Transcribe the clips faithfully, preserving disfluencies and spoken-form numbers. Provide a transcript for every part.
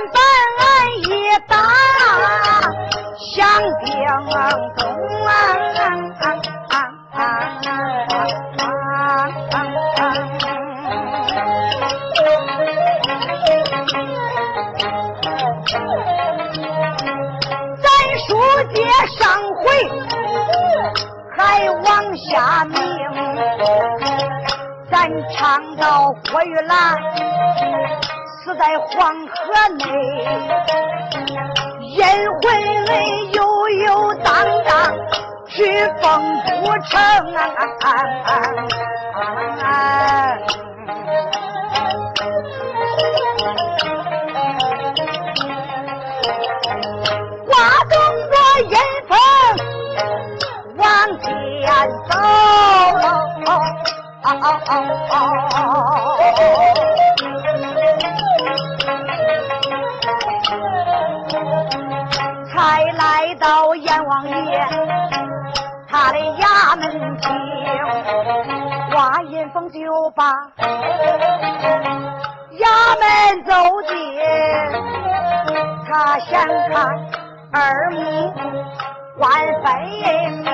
本一打响叮咚啊！咱书接上回还往下明，咱唱到郭玉兰死在黄河内，阴魂内悠悠荡荡去凤都城啊！花动作阴风往前走，哦哦哦才来到阎王爷他的衙门厅，花阴风就把衙门走进，他想看二目官分明，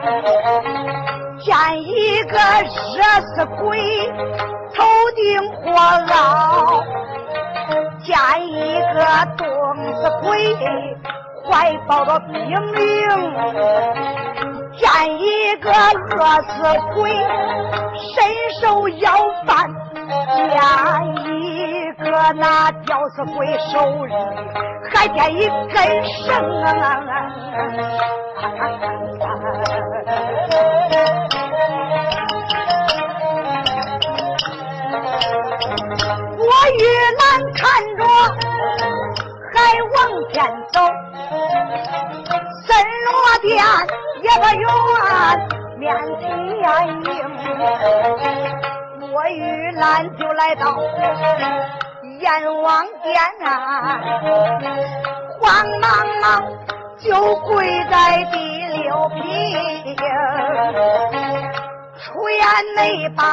见一个热死鬼头顶火烙，见一个冻死鬼怀抱着冰凌，见一个饿死鬼伸手要饭，见一个那吊死鬼手里还添一根绳啊！我玉兰看着还往前走，森罗殿也不远面前迎，我玉兰就来到阎王殿啊，慌忙忙就跪在第六品，出言没把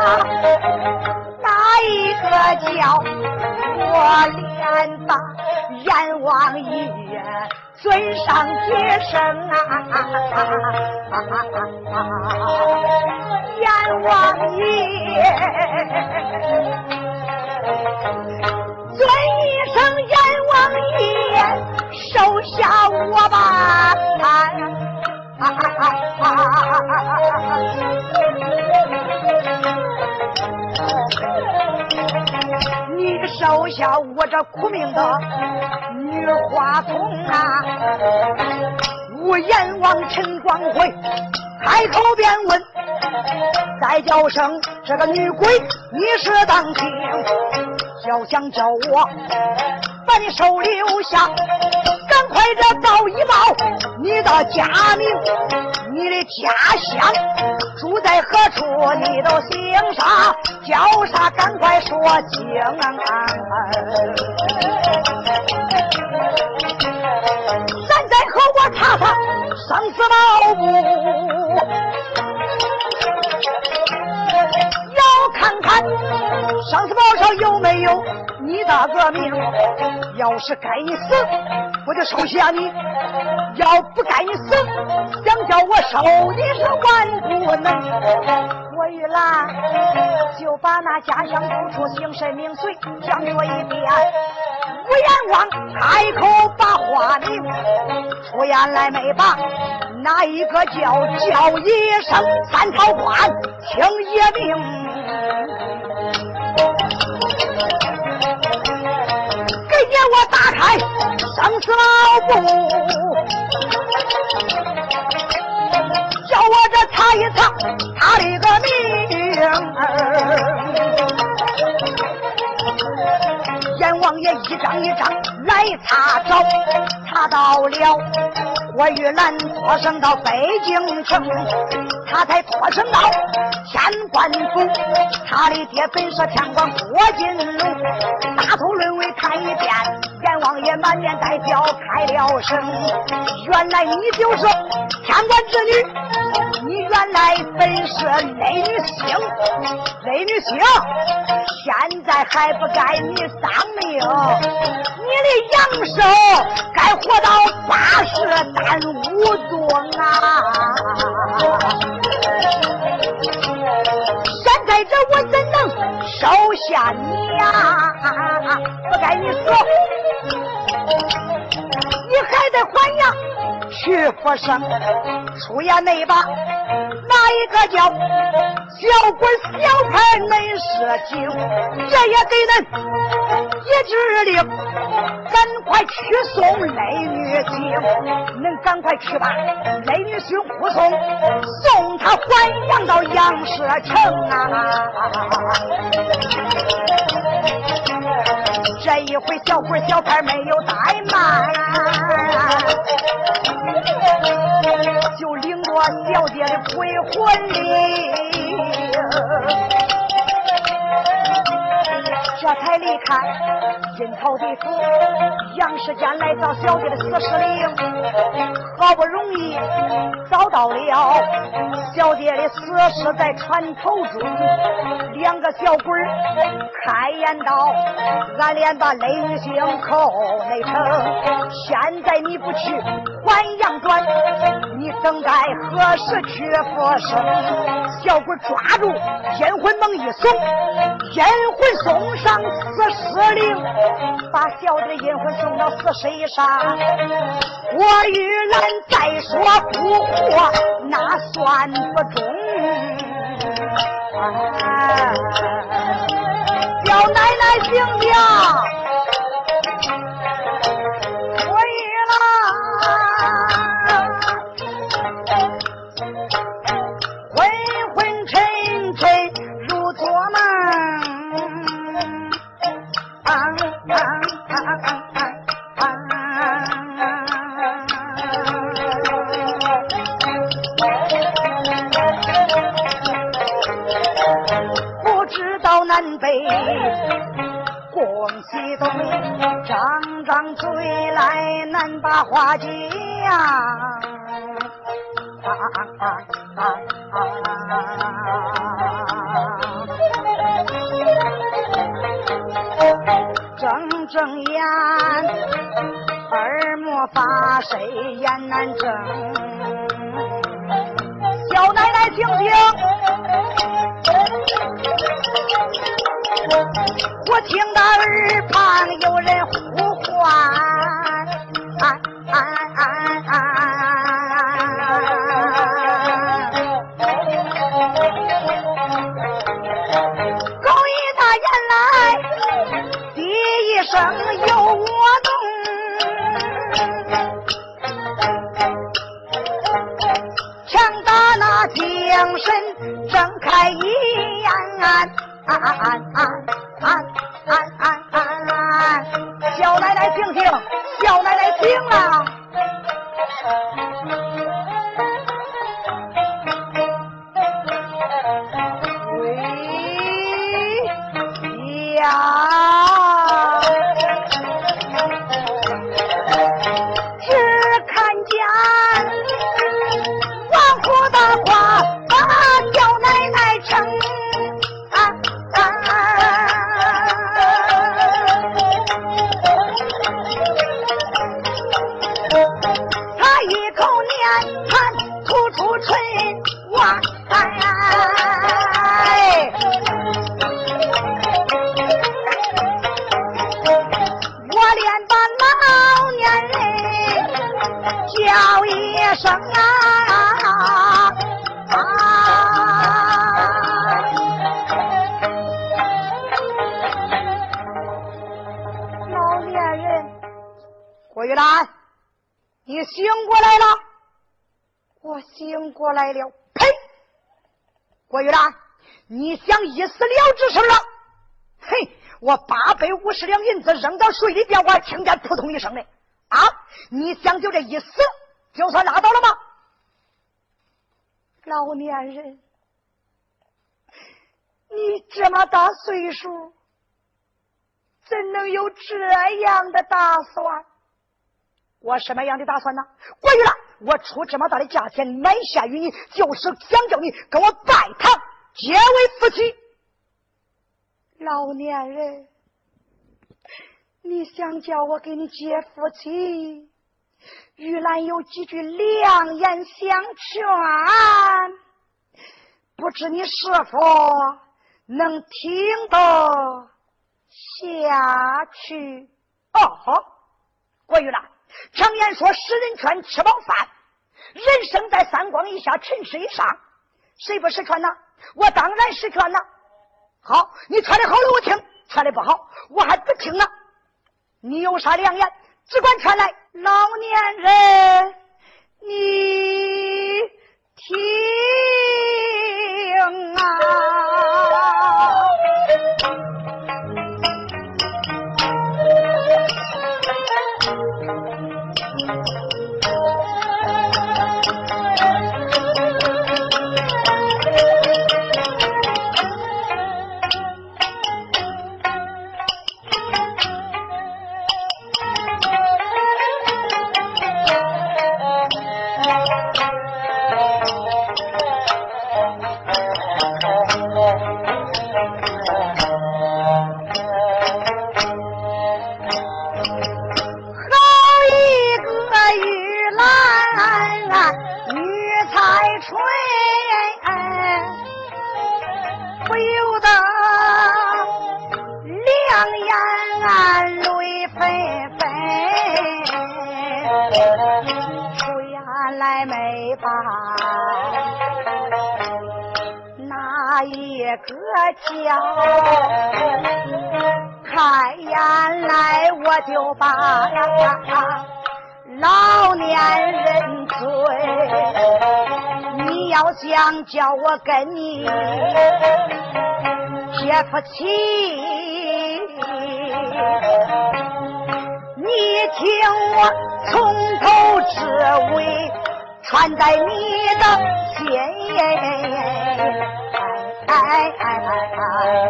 哪一个叫我连把阎王爷尊上接生啊！阎王爷尊一声阎王爷，收下我吧！你收下我这苦命的女花童啊！我阎王陈光辉开口便问，再叫声这个女鬼你是当听，要想叫我把你手留下，赶快这报一报你的家名，你的家乡住在何处，你都姓啥叫啥，赶快说清啊！咱再和我查查生死宝簿，要看看生死簿上有没有你的个名，要是该你死我就收下你，要不该你死想叫我收你是万不能。我玉兰就把那家乡住处姓甚名谁讲说一遍，吴阎王开口把话名，出言来没把哪一个叫叫一声三朝官听一命，给爷我打开生死宝簿，叫我这查一查他的个命。阎王爷一张一张来查找，查到了郭玉兰托生到北京城，他才托生到天官府，他的爹本是天官郭金龙，大头论为看一遍，阎王爷满面带笑开了声，原来你就是天官之女，你原来本是雷女星，雷女星，现在还不该你丧命，你的阳寿该活到八十单无多啊！现在这我怎能收下你呀、啊？不该你死，你还得还阳去复生。出言没把哪一个叫小鬼小牌没事情，这也给人一指令，赶快去送雷女星，能赶快去吧？雷女星护送，送他还阳到阳社城啊！这一回小鬼小牌没有怠慢，就领着小姐的回魂礼，这才离开阴曹地府，杨世间来到小姐的死尸岭，好不容易找到了小姐的死尸在船头中，两个小鬼开言道：俺连把雷女星扣没成，现在你不去还阳转，你等待何时去复生？小鬼抓住阴魂猛一怂，阴魂送上死尸岭，把小姐的阴魂送到死尸上。我与兰再说不活，那算不中。啊，小奶奶醒醒，回来，昏昏沉沉如做梦。啊啊啊啊啊不知道南北东西东，张张嘴来难把话讲。啊啊啊啊睁睁眼，耳目发，谁眼难睁？小奶奶醒醒！我听到耳旁有人呼唤，啊啊啊啊！狗一大眼来，第一声有我动，强大那精神睁开一眼。啊啊啊啊啊啊啊！小奶奶醒醒，小奶奶醒了。喂呀！只看见王虎大花把小奶奶撑。生啊啊！老年人，郭玉兰，你醒过来了？我醒过来了。呸！郭玉兰，你想一死了之是了？嘿，我八百五十两银子扔到水里边，我还听见扑通一声的啊！你想就这一死？就算拉倒了吗？老年人，你这么大岁数，怎能有这样的打算？我什么样的打算呢？关于了， 我出这么大的价钱买下于你，就是想叫你跟我拜堂结为夫妻。老年人，你想叫我给你结夫妻，玉兰有几句良言相劝，不知你是否能听得下去？哦，郭玉兰，常言说食人传吃饱饭，人生在三光以下，尘世以上，谁不识传呢？我当然识传呢。好，你传的好了我听，传的不好我还不听呢。你有啥良言只管传来。老年人，你听啊，叫开眼来我就把老年人追，你要想叫我跟你结夫妻，你听我从头至尾传在你的心，哎哎哎哎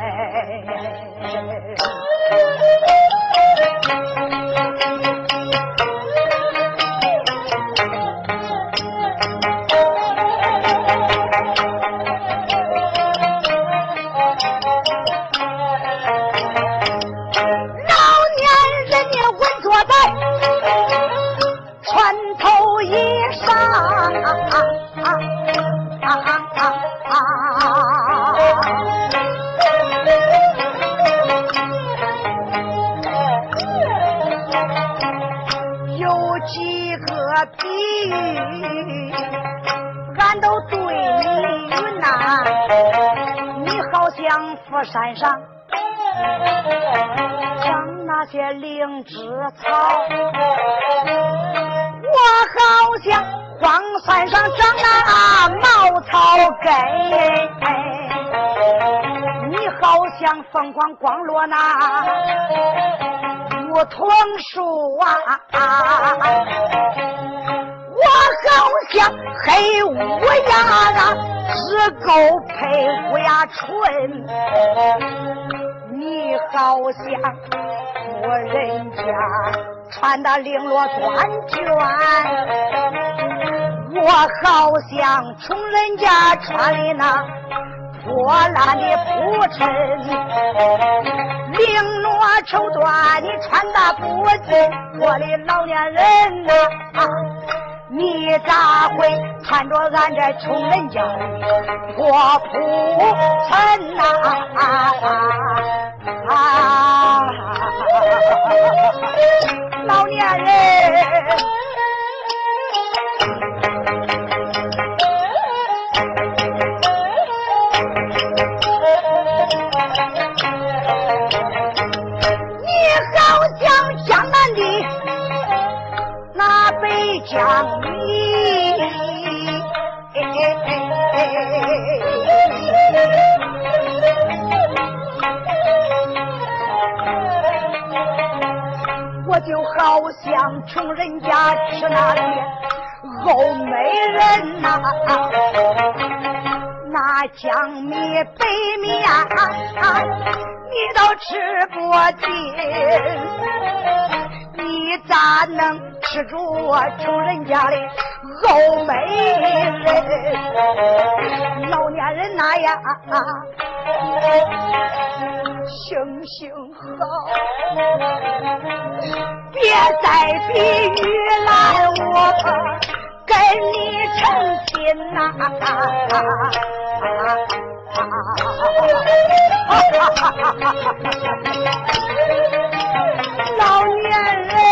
老年人你稳坐在船头以上啊啊啊啊啊有几个比喻俺都对你云呐，你好像佛山上长那些灵芝草，我好像荒山上长那茅草根，你好像凤凰光落那梧桐树啊，我好像黑乌鸦啊，只够配乌鸦春，你好像富人家穿的绫罗缎卷，我好像穷人家穿的那破烂的铺陈，绫罗绸缎你穿的不进，我的老年人呐、啊，你咋会穿着俺这穷人家的破铺陈呐、啊啊啊？老年人。江里，我就好像穷人家吃那些欧美人呐、啊，那江米白米啊，你都吃不尽。你咋他能吃住穷人家的欧美人？老年人那呀，行行好，别再比喻来我跟你成亲呐、老年人，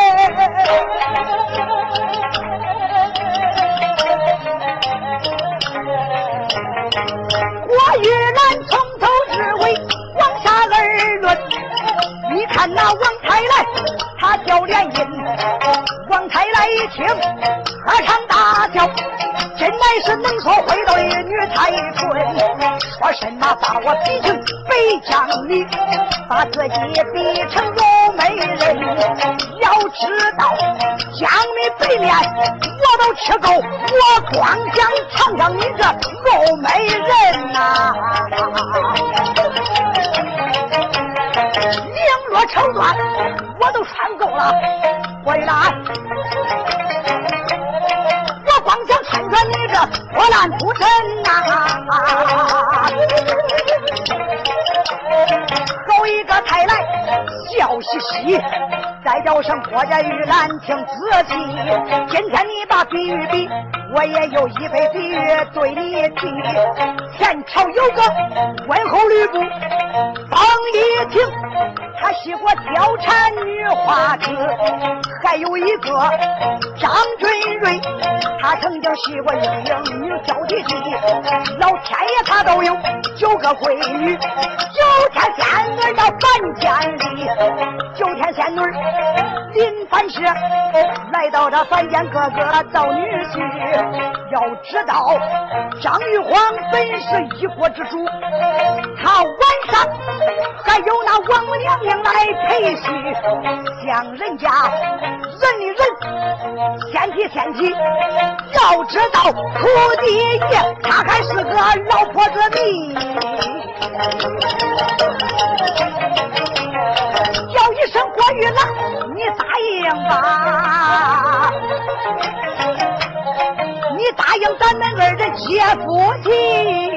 我与咱从头至尾往下而论。你看那王太来，他叫连音，王太来一听，合唱大叫，真乃是能说会道的女才俊。说什么把我比成北疆女，把自己比成欧美人？要知道江米北面我都吃够，我光想尝尝你这欧美人呐、啊！绫罗绸缎我都穿够了，我与兰，我光想穿穿你这破烂不真呐！后一个才来笑嘻嘻，再叫声国家玉兰听仔细。今天你把比喻比，我也有一杯比喻对你提。前朝有个温侯吕布，方一听他喜欢貂蝉女花子，还有一个张君瑞，他曾经喜过英英女娇弟弟。老天爷他都有九个闺女，九天仙女到凡间里，九天仙女临凡时来到这凡间，个个造女婿。要知道张玉皇本是一国之主，他晚上还有那王母娘娘来陪戏，像人家人与人仙体仙体。要知道土地爷他还是个老婆子迷，叫一声郭玉兰，你答应吧，你答应咱们二人结夫妻，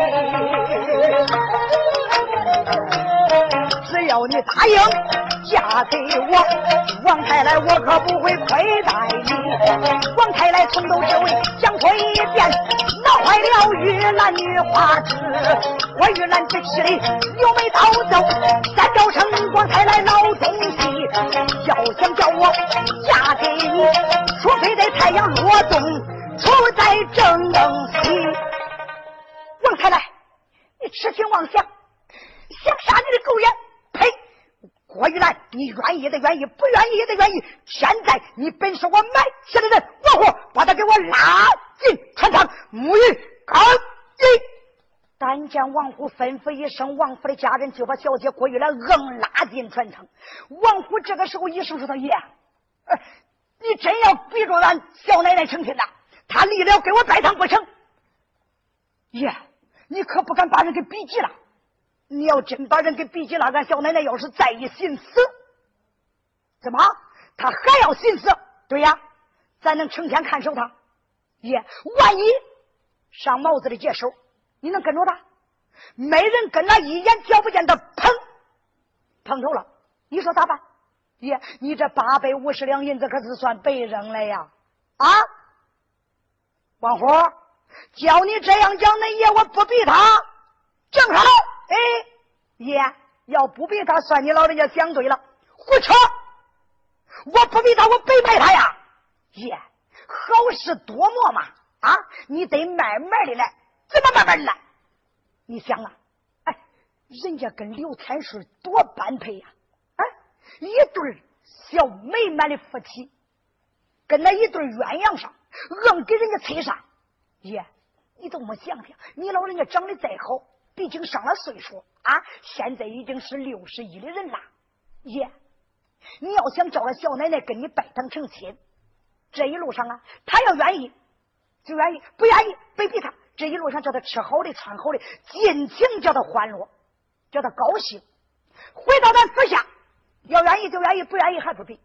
只要你答应嫁给我，王太来我可不会亏待你。王太来从头至尾讲说一遍，闹坏了玉兰女花枝。我玉兰这气里又没倒走，三招成王太来老东西，要想叫我嫁给你，除非得太阳落东，处在正西。王太来，你痴心妄想，想杀你的狗眼！呸！郭玉兰，你愿意的愿意，不愿意的愿意。现在你本是我买下的人，我活把他给我拉进船舱，沐浴干净。但见王虎吩咐一声，王府的家人就把小姐郭玉兰硬拉进船舱。王虎这个时候一声说道：“爷，呃，你真要逼着俺小奶奶成亲呐？他离了给我拜堂不成？爷，你可不敢把人给逼急了。你要真把人给逼急了，俺小奶奶要是再一寻死，怎么他还要寻死？对呀，咱能成天看守他。爷，万一上毛子的接手，你能跟着他？没人跟他一眼瞧不见他砰碰头了，你说咋办？爷，你这八百五十两银子可是算白扔了呀！啊，王虎，叫你这样讲，那爷我不逼他，正好。哎，爷，要不逼他，算你老人家想对了。胡扯！我不逼他，我白卖他呀！爷，好事多磨嘛！啊，你得慢慢的来，怎么慢慢的来？你想啊，哎，人家跟刘天顺多般配呀！啊，一对小美满的夫妻，跟那一对鸳鸯上，硬给人家催上。爷，你这么想想，你老人家长得再好，毕竟上了岁数啊，现在已经是六十一的人了。爷，你要想叫了小奶奶跟你拜堂成亲，这一路上啊，他要愿意就愿意，不愿意别逼他。这一路上叫他吃好的穿好的，尽情叫他欢乐，叫他高兴。回到咱府下，要愿意就愿意，不愿意还不逼。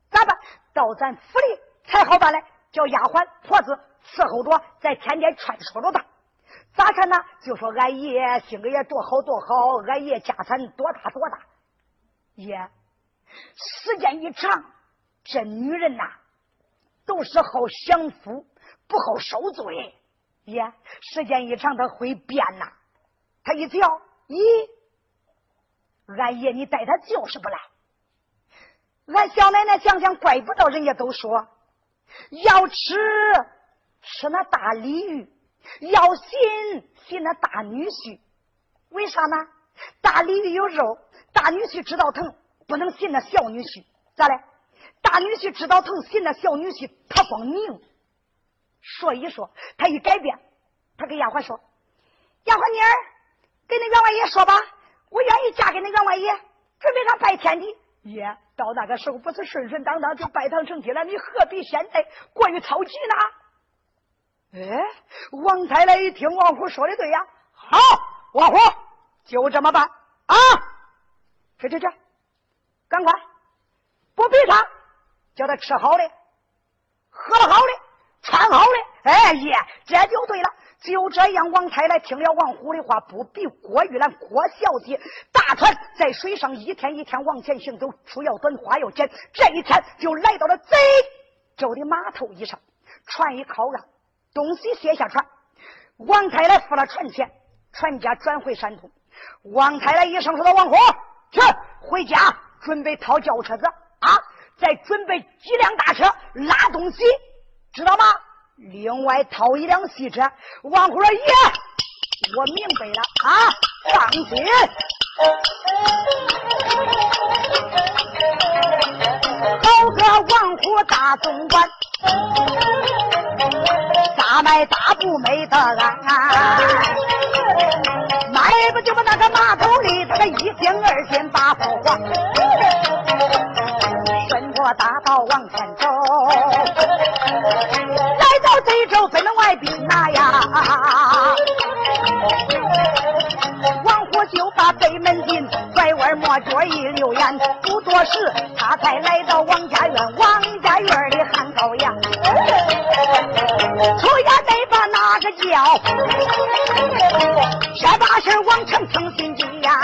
咋办？到咱府里才好办嘞，叫丫鬟婆子伺候着，在天天穿说着他。咋看呢？就说俺爷性格也多好多好，俺爷家产多大多大。爷，时间一长，这女人呐、啊，都是好享福，不好受罪。爷，时间一长，她会变呐。她一瞧，咦，俺爷你带她就是不来。俺小奶奶想想，怪不到人家都说要吃是那大鲤鱼，要信信那大女婿。为啥呢？大鲤鱼有肉，大女婿知道疼，不能信那小女婿。咋嘞？大女婿知道疼，信那小女婿，他光拧。说一说，他一改变，他跟丫鬟说：“丫鬟妮儿，跟那员外爷说吧，我愿意嫁给那员外爷，准备上拜天地。”爷，到那个时候不是顺顺当当就拜堂成亲了，你何必现在过于操急呢？哎，王太来一听王虎说的对呀，好，王虎就这么办啊！去去去，赶快，不逼他，叫他吃好的，喝好的，穿好的。哎爷，这就对了。就这样，王太来听了王虎的话，不比郭玉兰、郭小姐大船在水上一天一天往前行走，树要短，花要尖。这一天就来到了贼州的码头以上，船一靠岸，东西卸下船。王太来付了船钱，船家转回山东。王太来一声说到：“王虎，去回家，准备掏轿车子啊！再准备几辆大车拉东西，知道吗？另外掏一辆汽车。”王虎说：“爷，我明白了啊，放心。”好个王虎大总管，大卖大不没得安，买不就把那个码头里他个一斤二斤八幅画，顺着大道往前走，来到这州北门外滨那呀，王虎就把北门进，拐弯抹角一溜眼，不多时他才来到王家院。王家院里喊高阳，出衙得把那个叫，这把事往城城心急呀，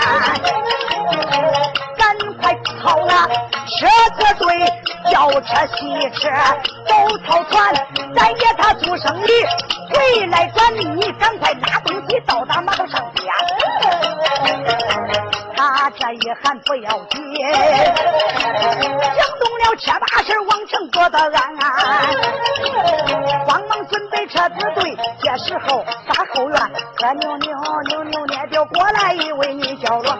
赶快跑了车子队，轿车西车都操船，咱爷他做生意回来转，你赶快拿东西到达码头上边。他这一喊不要紧，惊动了车把事往城过得安安，慌忙准备车子队。这时候大后院可扭扭扭扭捏就过来一位女小罗，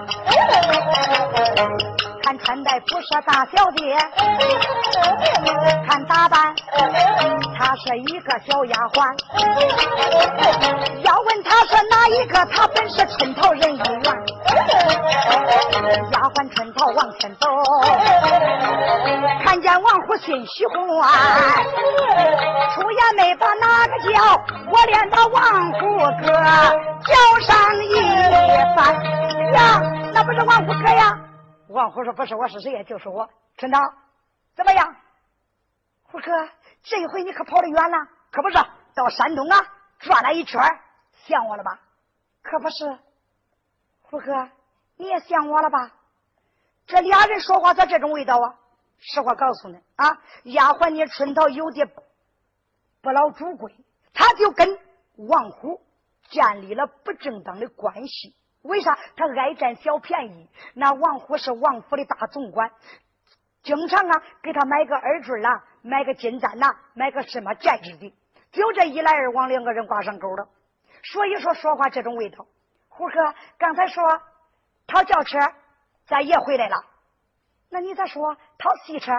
看穿戴服饰大小姐，看打扮她是一个小丫鬟，要问她是哪一个，她本是春桃人一员。丫鬟春桃往前走，看见王虎心喜欢，出言没把哪个叫，我连把王虎哥叫上一番呀，那不是王虎哥呀？王虎说：“不是，我是谁呀？就是我春桃。怎么样，虎哥？这一回你可跑得远了，可不是？到山东啊转了一圈，想我了吧？可不是，虎哥，你也想我了吧？这俩人说话咋这种味道啊？实话告诉你啊，丫鬟你春桃有的不老主贵，他就跟王虎建立了不正当的关系。为啥？他爱占小便宜。那王虎是王府的大总管，经常啊给他买个耳坠啦，买个金簪啦，买个什么戒指的，就这一来二往，两个人挂上钩了。所以说说话这种味道。虎哥刚才说掏轿车，咱爷回来了，那你咋说掏汽车？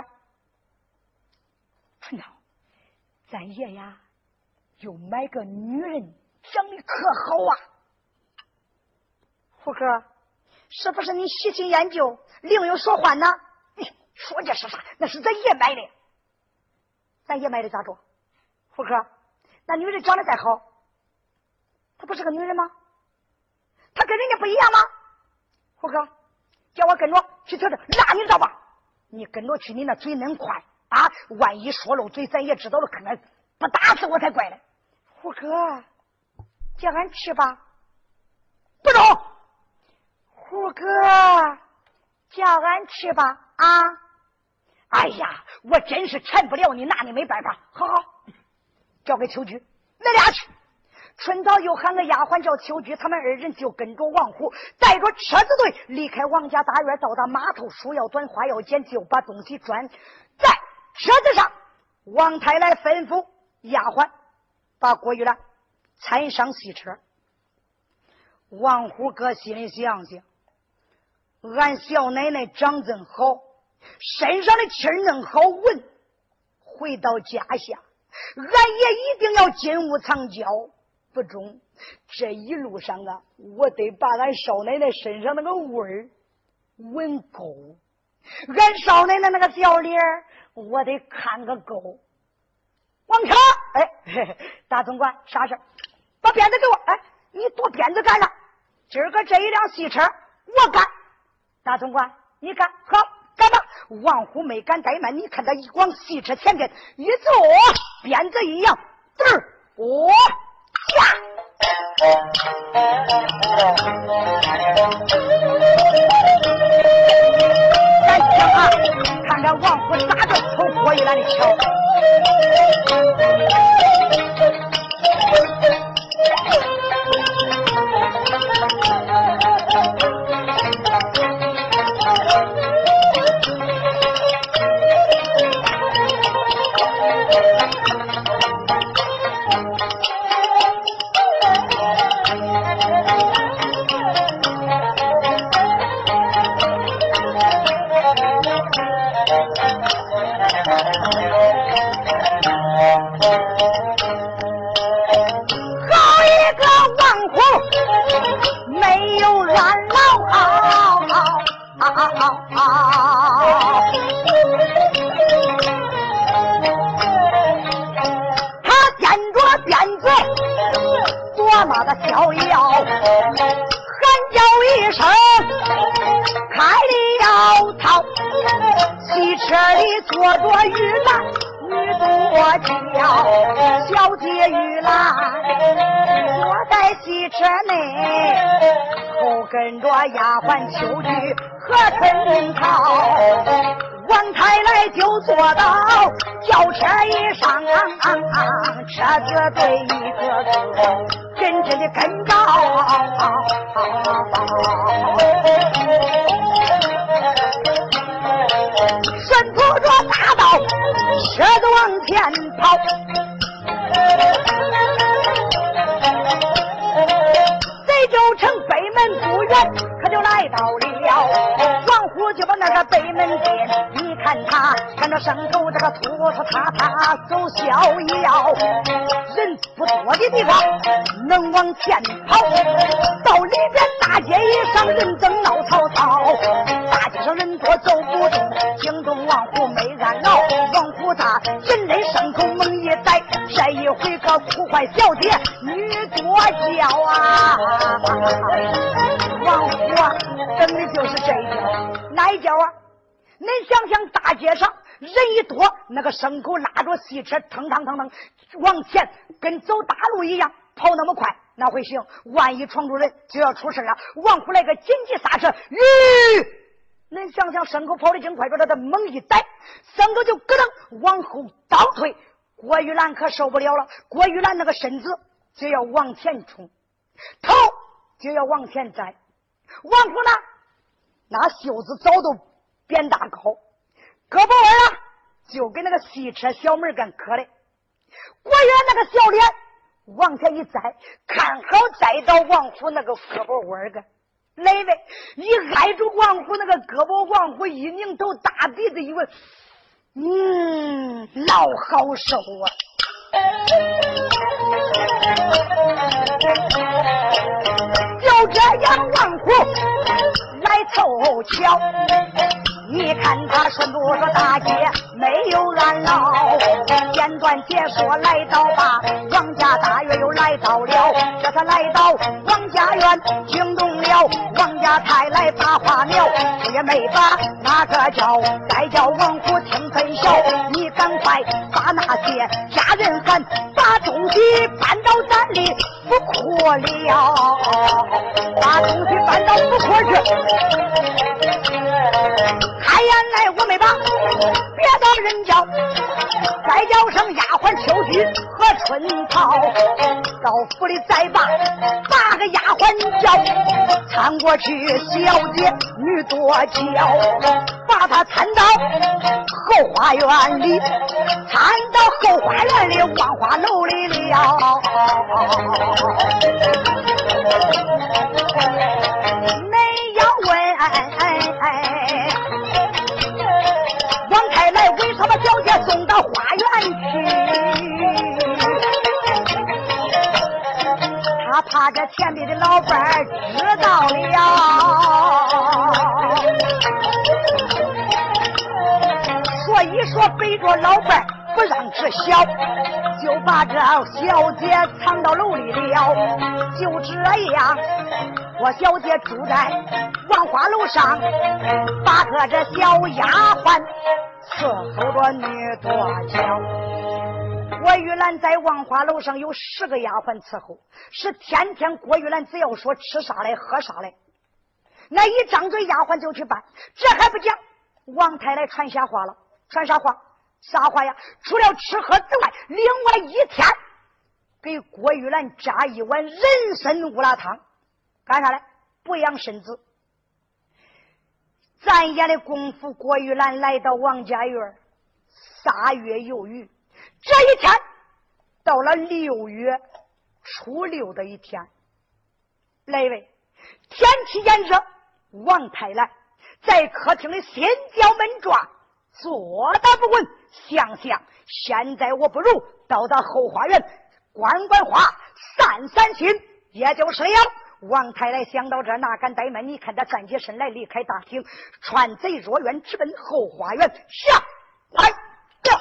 春桃，咱爷呀又买个女人，长得可好啊。虎哥，是不是你喜新厌旧，另有所欢呢？说这是啥？那是咱爷买的，咱爷买的咋着？虎哥，那女人长得再好，她不是个女人吗？她跟人家不一样吗？虎哥，叫我跟着去瞧瞧，拉你知道吧？你跟着去，你那嘴恁快， 啊！万一说漏嘴，咱也知道了，可能不打死我才怪呢。虎哥，叫俺吃吧。不中。虎哥，叫俺吃吧啊！哎呀，我真是缠不了你，拿你没办法。好好，交给秋菊，那俩去。春早又喊个丫鬟叫秋菊，他们二人就跟着王虎，带着车子队离开王家大院，到达码头，书要短，花要剪，就把东西装在车子上。王太来吩咐丫鬟把郭玉兰搀上戏车。王虎哥心里想想，俺小奶奶长真好，身上的气儿能好闻，回到家下俺也一定要金屋藏娇。不中，这一路上啊，我得把俺少奶奶身上那个味儿闻够，俺少奶奶那个小脸我得看个够。王成，哎，嘿嘿，大总管，啥事？把鞭子给我！哎，你夺鞭子干了？今儿个这一辆戏车我干。大总管，你干好干吧。王虎没敢怠慢，你看他一往戏车前边一坐，鞭子一样，嘚儿，我下。咱瞧啊，看看王虎咋着抽郭玉兰的桥。跟着丫鬟秋菊和春草，王太来就坐到轿车一上，车子队一个个真正的跟着，顺途着大道，车子往前跑。就城北门不远，可就来到了王虎，就把那个北门进。你看他看着上头这个拖拖沓沓走逍遥，人不多的地方能往前跑，到里边大街一上人争闹嘈嘈，大街上人多走不动，惊动王虎没安牢。王虎他人类牲口猛一逮，这一回可哭坏小姐女多娇啊！王虎啊，等的就是这一跤，哪一跤啊？恁想想，大街上人一多，那个牲口拉着汽车腾腾腾腾往前，跟走大路一样跑那么快，那会行？万一闯住人就要出事了。王虎来个紧急刹车，吁！恁想想，牲口跑得真快，说他的猛一逮，牲口就咯噔往后倒退。郭玉兰可受不了了，郭玉兰那个身子就要往前冲，头就要往前摘。王虎呢，那袖子早都变大高，胳膊弯啊，就跟那个汽车小门干磕的。郭玉兰那个小脸往前一摘，看好摘到王虎那个胳膊弯个。来呗，一挨住王虎那个胳膊，王虎一拧头，大鼻子一闻，嗯，老好受啊！就这样，王虎来凑巧，你看他顺路说大街没有安牢，简短解说来到吧王家大院，又来到了，这他来到王家院，惊动了王家太来把话苗，也没把那个叫再叫王虎听分晓，你些家人喊，把东西搬到咱里府库了，把东西搬到府库去。开眼来我没把别的人叫，再叫上丫鬟秋菊和春桃，到府里再把八个丫鬟叫，搀过去小姐女多娇，把她搀到后花园里，搀到后花园里万花楼里了。没要问王太来为什么小姐送到花园去，他怕这田里的老伴知道了，所以说背着老伴不让知晓，就把这小姐藏到楼里了。就这样我小姐住在万花楼上，八个这小丫鬟伺候着女多娇。郭玉兰在万花楼上有十个丫鬟伺候，是天天郭玉兰只要说吃啥来喝啥来，那一张嘴丫鬟就去办。这还不讲，王太来传下话了。传啥话？啥话呀？除了吃喝之外，另外一天给郭玉兰扎一碗人参乌拉汤，干啥嘞？补养身子。咱眼的功夫，郭玉兰来到王家院，仨月有余。这一天到了六月初六的一天，来位天气炎热，王太来在客厅里先叫门抓，坐得不稳。想想现在我不如到到后花园观观花，散散心，也就是了。王太来想到这，哪敢怠慢？你看他站起身来，离开大厅，传贼若远，直奔后花园。下来呀！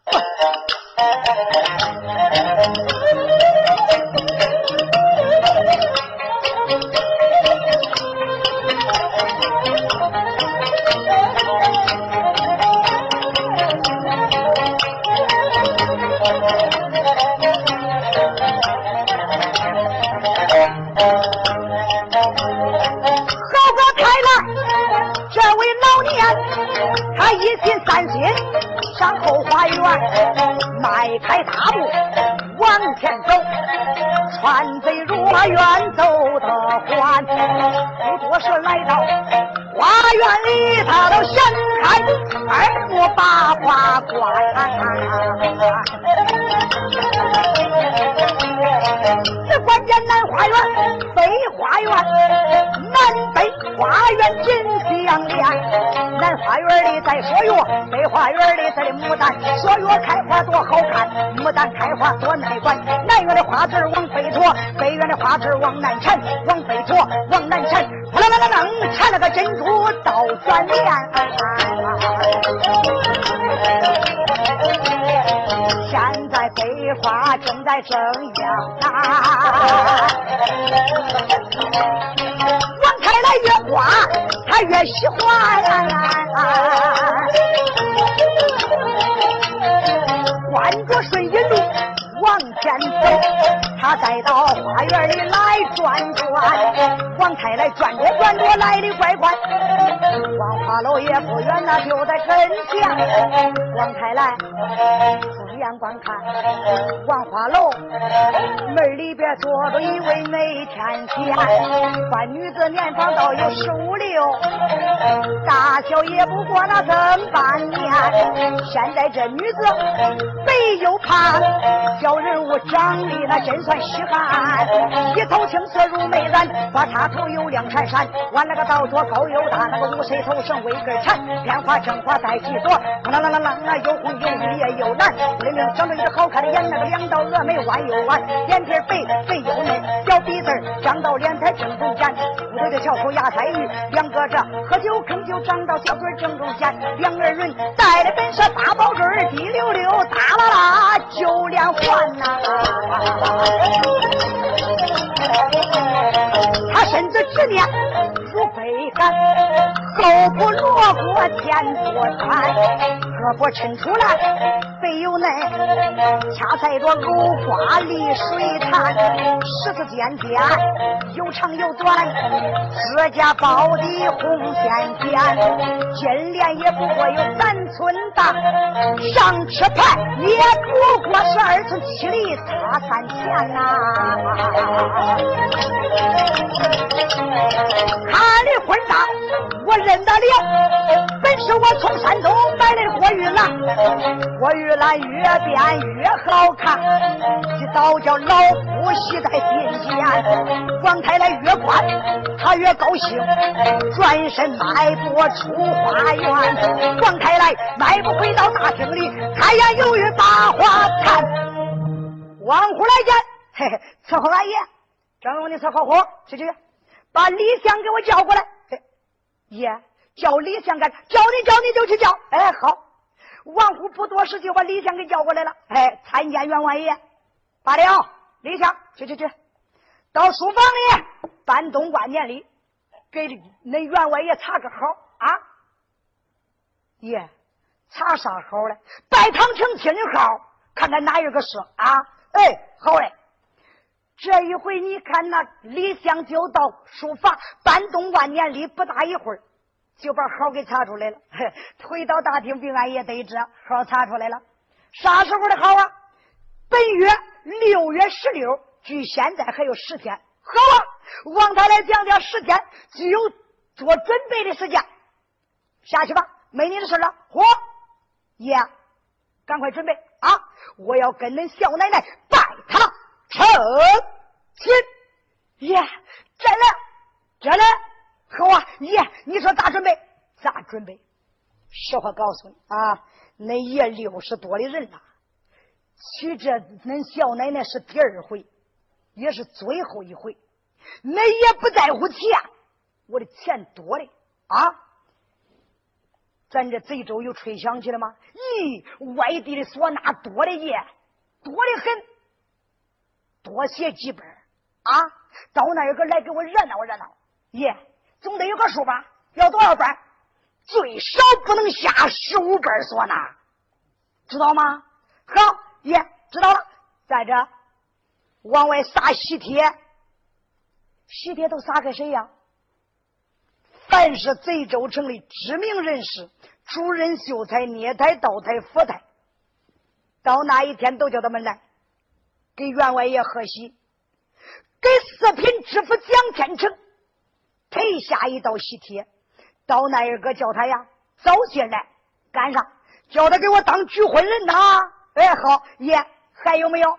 他一心三心上后花园，迈开大步往前走，穿贼若远走得欢。不多时来到花园里，他都掀开耳目把花观。只关键南花园北花园，南北花园紧相连。南花园里在说哟，北花园里这里牡丹，说哟开花多好看，牡丹开花多耐管。南园的花枝往北拖，北园的花枝往南缠，往北拖往南缠，扑啦啦啦啦缠了个珍珠倒转脸。现在北花正在正阳啊，王太来越花他越喜欢啊，关着顺引路往前走，他再到花园里来转转，王太来转着转着来的乖乖，万花楼也不远那就在跟前。王太来睁眼观看万花楼门里边坐着一位美天仙，把女子年方到有十五六，大小也不过那曾半年。现在这女子肥又胖，小人物长得那真算稀罕，一头青色如美髯，把她头有两闪闪，弯了个倒桌高又大，那个五水头绳围根缠，变化正花带几朵，啷啷啷啷那又红又绿也又蓝，明明长着一个好看的眼，那个两道峨眉弯又弯，眼皮肥肥又嫩，小鼻子长到脸才正中间，不对的小口牙腮玉，两个这喝酒坑就长到小嘴正中间，两耳轮带了本是大宝坠滴溜溜哒啦啦就连环呐、啊，他身子直面如北寒，后不落过天座山，胳膊抻出来非有嫩，掐在着藕瓜离水潭，十字尖尖又长又短，指甲包的红线尖，金莲也不过有三寸大，上尺派也不过是二寸七厘差三钱呐、啊。看的混账，我认得了，本是我从山东买来的郭玉兰，郭玉兰越变越好看，这倒叫老夫喜在心间。王太来越观，他越高兴，转身迈步出花园。王太来迈步回到大厅里，开言犹豫把话谈。王虎来见，嘿嘿，伺候俺爷，张龙你伺候活，去去，把李相给我叫过来。爷，叫李相干，叫你叫你就去叫。哎，好。王虎不多时就把李相给叫过来了。哎，参见员外爷。罢了，李相，去去去，到书房里搬动万年里，给那员外爷查个好啊。爷，查啥好嘞？拜堂成亲的好，看看哪有个是啊？哎，好嘞。这一回你看那李相就到书房搬动万年里，不大一会儿就把号给查出来了。回到大厅，并俺也得知号查出来了。啥时候的号啊？本月六月十六，距现在还有十天。好啊，王太来讲讲十天就有做准备的时间。下去吧，没你的事了。嚯，爷，赶快准备啊！我要跟恁小奶奶拜堂成亲。爷，真的真的好啊！爷，你说咋准备？咋准备？实话告诉你啊，恁爷六十多的人了，娶这恁小奶奶是第二回，也是最后一回。恁爷不在乎钱，我的钱多嘞啊！咱这贼州有吹响去了吗？咦，外地的唢呐多的爷，多的很，多写几本啊！到那个来给我热闹热闹，爷总得有个数吧？要多少本？最少不能下十五本唢呐，知道吗？好，爷知道了。在这往外撒喜帖，喜帖都撒给谁呀？凡是贼州城里知名人士，主人、秀才、聂台、道台、佛台，到那一天都叫他们来给员外爷贺喜，给四品知府蒋天成推下一道喜帖，到那一个叫他呀早些来干啥？叫他给我当举婚人呐！哎，好爷，还有没有？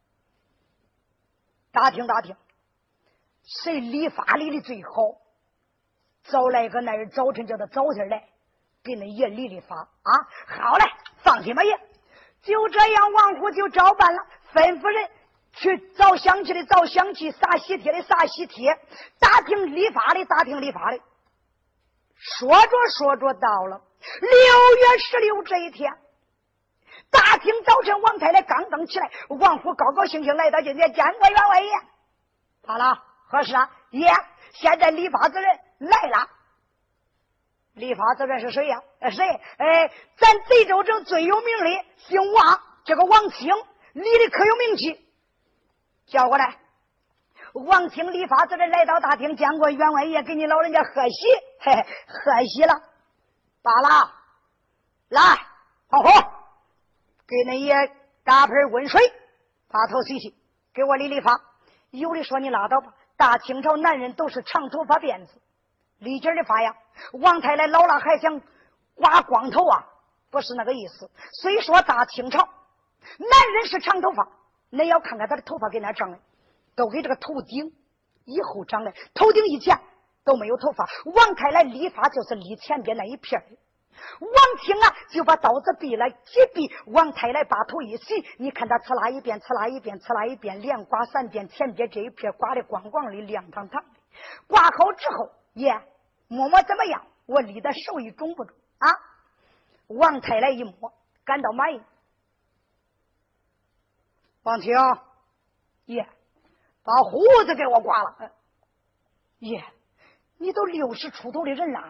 打听打听，谁理发理的最好？早来个那人早晨叫他早些来给那爷理理发啊！好嘞，放心吧爷。就这样，王虎就照办了，吩咐人去找香气的找香气，撒喜帖的撒喜帖，打听理发的打听理发的。说着说着，到了六月十六这一天，大厅早晨，王太太刚刚起来，王虎高高兴兴来到今天，见过员外爷。好了，何事啊？爷，现在理发之人来了。理发之人是谁呀？谁？哎，咱贼州城最有名的姓王，这个王清理的可有名气。叫过来。王清理发之人来到大厅，见过员外爷，给你老人家贺喜，嘿嘿，贺喜了。罢了，来，黄虎，给恁爷打盆温水，把头洗洗，给我理理发。有的说你拉倒吧，大清朝男人都是长头发辫子，理劲的发呀。王太来老了还想刮光头啊？不是那个意思。虽说大清朝男人是长头发，那要看看他的头发给哪长的，都给这个头顶以后长的，头顶以前都没有头发。王太来理发就是理前边那一片的。王清啊就把刀子逼来几逼，王太来把头一洗，你看他刺啦一遍刺啦一遍刺啦一遍，连刮三遍，前边这一片刮的光光的亮堂堂的。刮好之后，爷摸摸怎么样？我理的手艺中不中啊？王太来一摸，感到满意。王清，爷把胡子给我刮了。爷，你都六十出头的人了，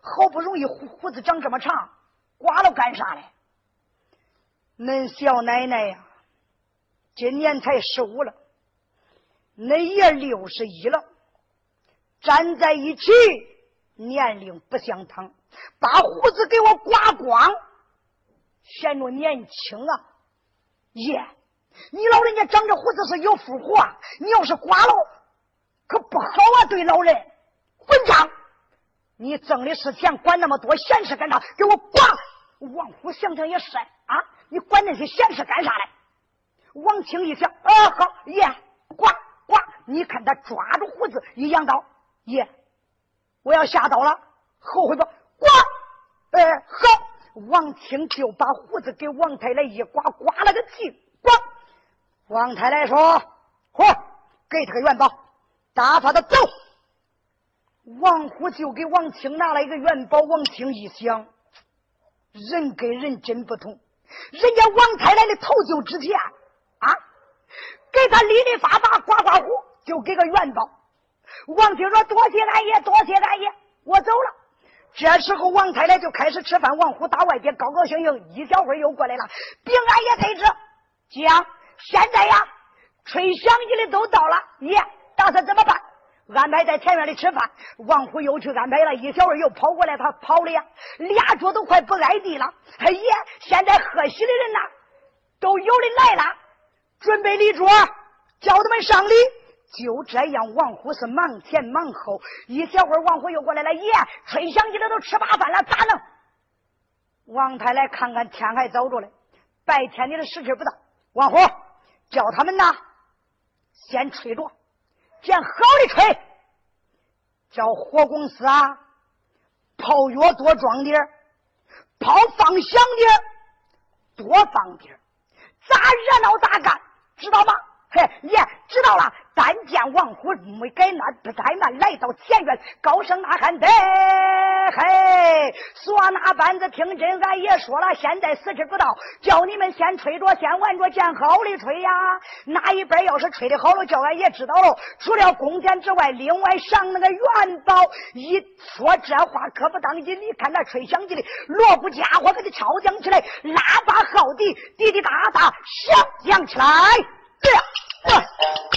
好不容易胡胡子长这么长，刮了干啥嘞？恁小奶奶呀，今年才十五了，恁爷六十一了，站在一起年龄不相当，把胡子给我刮光，显着年轻啊！爷，你老人家长着胡子是有福活，你要是刮了，可不好啊！对老人，混账！你挣的是钱，管那么多闲事干啥？给我刮！王虎想想也是啊，你管那些闲事干啥来？王清一想，啊好，爷，刮刮！你看他抓住胡子一扬刀，爷，我要下刀了，后悔不？刮！哎，好，王清就把胡子给王太来一刮，刮了个净刮。王太来说：“嚯，给他个元宝，打发他走。”王虎就给王清拿了一个元宝。王清一想，人跟人真不同，人家王太来的头就值钱啊，给他理理发发刮刮胡，就给个元宝。王清说：“多谢俺爷，多谢俺爷，我走了。”这时候王太来就开始吃饭，王虎打外边高高兴兴，一小会儿又过来了，禀俺爷得知，讲现在呀，吹响机的都到了，爷打算怎么办？安排在前院里吃饭。王虎又去安排了，一小会儿又跑过来，他跑了呀，俩桌都快不挨地了。哎爷，现在贺喜的人呐，都有的来了，准备礼桌，叫他们上礼。就这样，王虎是忙前忙后，一小会儿王虎又过来了，爷，吹响机的都吃罢饭了，咋弄？王太来看看天还早着嘞，白天你的时辰不到，王虎叫他们呐先吹着，见好的吹，叫火公司啊炮药多装点，炮放响点，多放点，咋热闹咋干，知道吗？嘿，爷知道了。但见王虎没改那不怠慢，来到前院，高声呐喊：“嘿，嘿！唢呐班子听真，俺爷说了，现在时辰不到，叫你们先吹着，先玩着，见好的吹呀。哪一边要是吹的好了，叫俺爷知道了。除了工钱之外，另外上那个元宝。”一说这话可不当紧，你看那吹响机的锣鼓家伙给他敲响起来，喇叭号的滴滴答答响响起来。对呀、啊，对。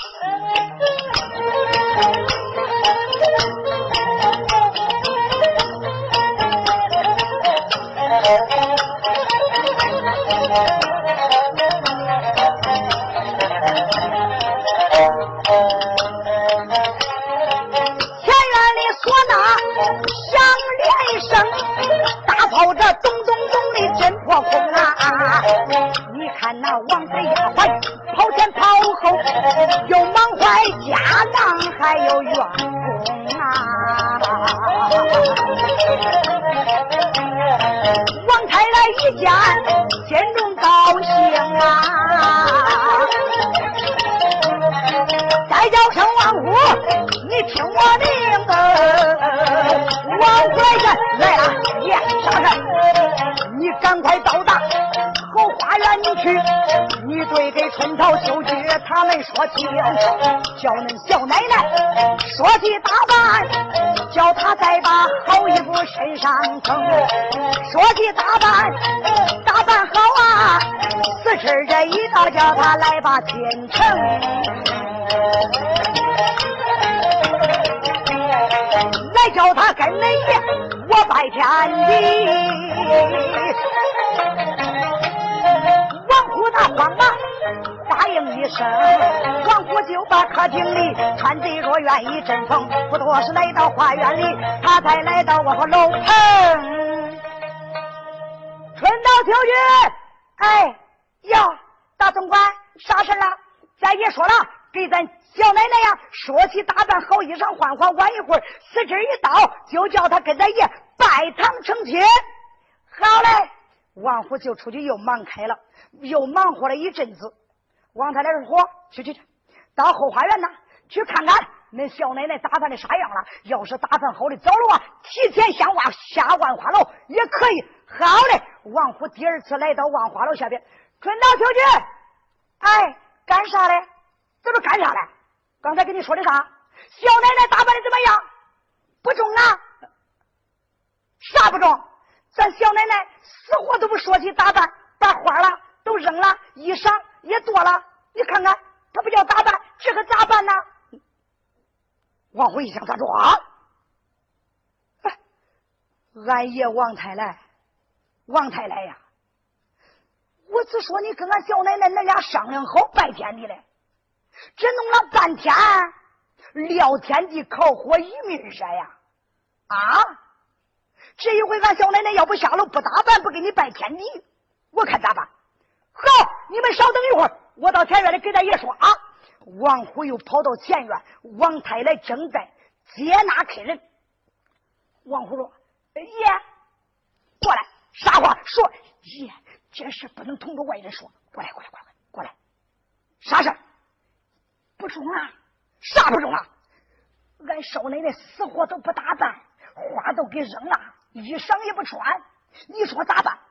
前院里唢呐响连声，大炮这咚咚咚的真破风啊！你看那王妃丫鬟跑前跑后，又忙坏家当，还有员工啊！王太来一见，心中高兴啊！再叫声王虎，你听我命的，王虎来人来了，爷啥事？你赶快到达后花园去，你对给春桃秋菊他们说清，叫恁小奶奶说起打扮，叫他再把好衣服身上整，说起打扮打扮好啊，此时这一到叫他来把天成，来叫他跟恁爷我拜天地。王虎大慌忙答应一声，王虎就把客厅里穿贼若愿意阵风，不多时来到花园里，他才来到我楼棚。春到秋菊，哎呀，大总管啥事了？咱爷说了，给咱小奶奶呀说起打扮好衣裳换换，晚一会儿此时一到，就叫他跟咱爷拜堂成亲。好嘞，王虎就出去又忙开了，又忙活了一阵子。王太来说：“去去去，到后花园呐，去看看那小奶奶打扮的啥样了。要是打扮好的早了啊，提前相望下万花楼也可以。”好嘞，王虎第二次来到万花楼下边，春到秋菊，哎，干啥嘞？这不干啥嘞？刚才跟你说的啥？小奶奶打扮的怎么样？不中啊？ 啥不中？咱小奶奶死活都不说起打扮，把花了都扔了，衣裳也多了，你看看他不叫打扮，这可咋办呢？王虎一想，他说啊，俺爷王太来，王太来呀，我只说你跟俺小奶奶那俩商量好拜天地来，这弄了半天撂天地烤火一命啥呀？啊！这一回俺小奶奶要不下楼不打扮，不给你拜天地，我看咋办？好，你们稍等一会儿，我到前院里给咱爷说啊。王虎又跑到前院，王太来正在接纳客人。王虎说：“爷，过来，啥话说？爷，这事不能同着外人说。过来，过来，过来，过来，啥事？不中啊？啥不中啊？俺少奶奶死活都不打扮，花都给扔了，衣裳也不穿，你说咋办？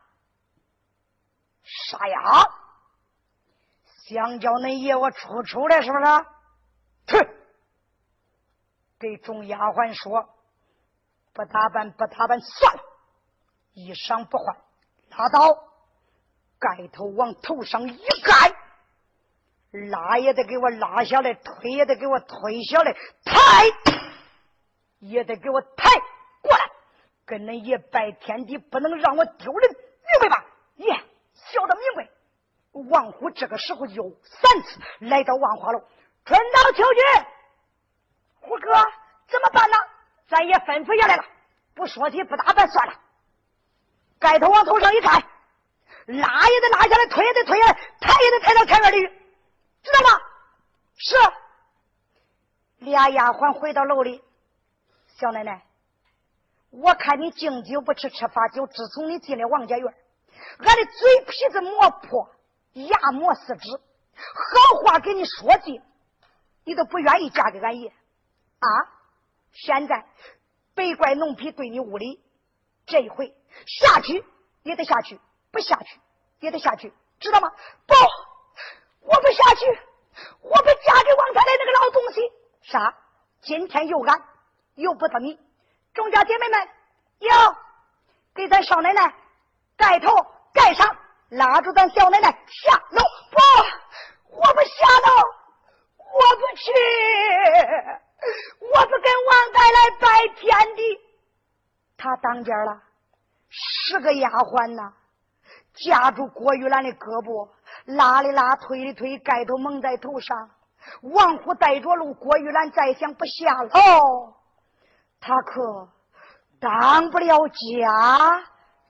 啥呀？想叫恁爷我出丑来是不是？去，给众丫鬟说，不打扮不打扮算了，衣裳不换，拉倒，盖头往头上一盖，拉也得给我拉下来，推也得给我推下来，抬也得给我抬过来，跟恁爷拜天地，不能让我丢人，明白吧？爷，晓得明白。王虎这个时候有三次来到万花楼，春到秋菊，虎哥怎么办呢？咱也吩咐下来了，不说起不打扮算了，盖头往头上一盖，拉也得拉下来，推也得推下来，抬也得抬到前院里，知道吗？是。俩丫鬟回到楼里，小奶奶，我看你敬酒不吃吃罚酒，自从你进了王家园，俺的嘴皮子磨破，牙磨四指，好话给你说尽，你都不愿意嫁给俺爷啊！现在北怪农皮对你无礼，这一回下去也得下去，不下去也得下去，知道吗？不，我不下去，我不嫁给王太太那个老东西。啥？今天有俺，由不得你。众家姐妹们，要给咱少奶奶盖头盖上，拉住咱小奶奶下楼。不，我不下楼，我不去，我不跟王太来拜天地。他当家了，十个丫鬟呐，夹住郭玉兰的胳膊，拉里拉，推里推，盖头蒙在头上。王虎带着路，郭玉兰再想不下楼，他可当不了家了。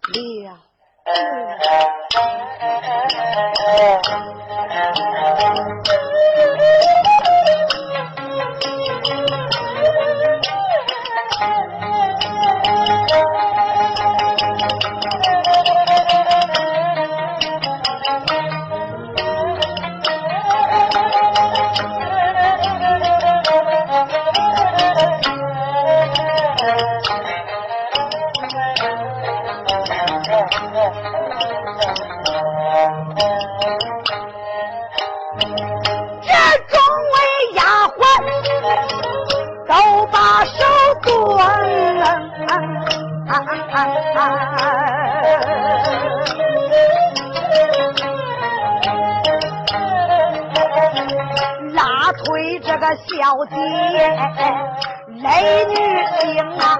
拉推这个小姐雷女性啊，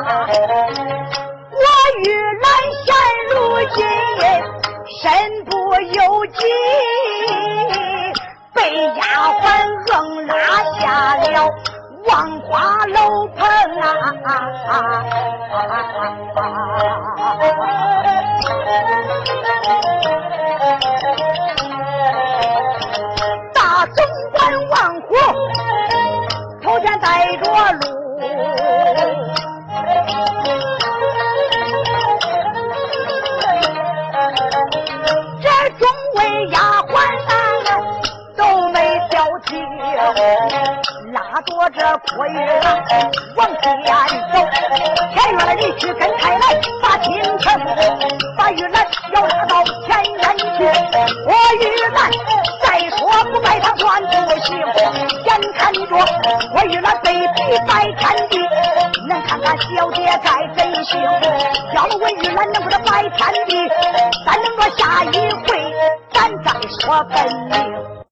我玉兰现如今身不由己，被丫鬟硬拉下了万花楼棚啊！大总管王虎头前带着路，这众位丫鬟啊都没交情，拉着这郭玉兰往前走，前院里去跟开来把清晨，把玉兰要拉到前院去。郭玉兰再说不拜他算不行，眼看着郭玉兰被逼拜天地，能看看俺小姐该怎行？要问玉兰能不能白天地，咱能够下一回，咱再说分明。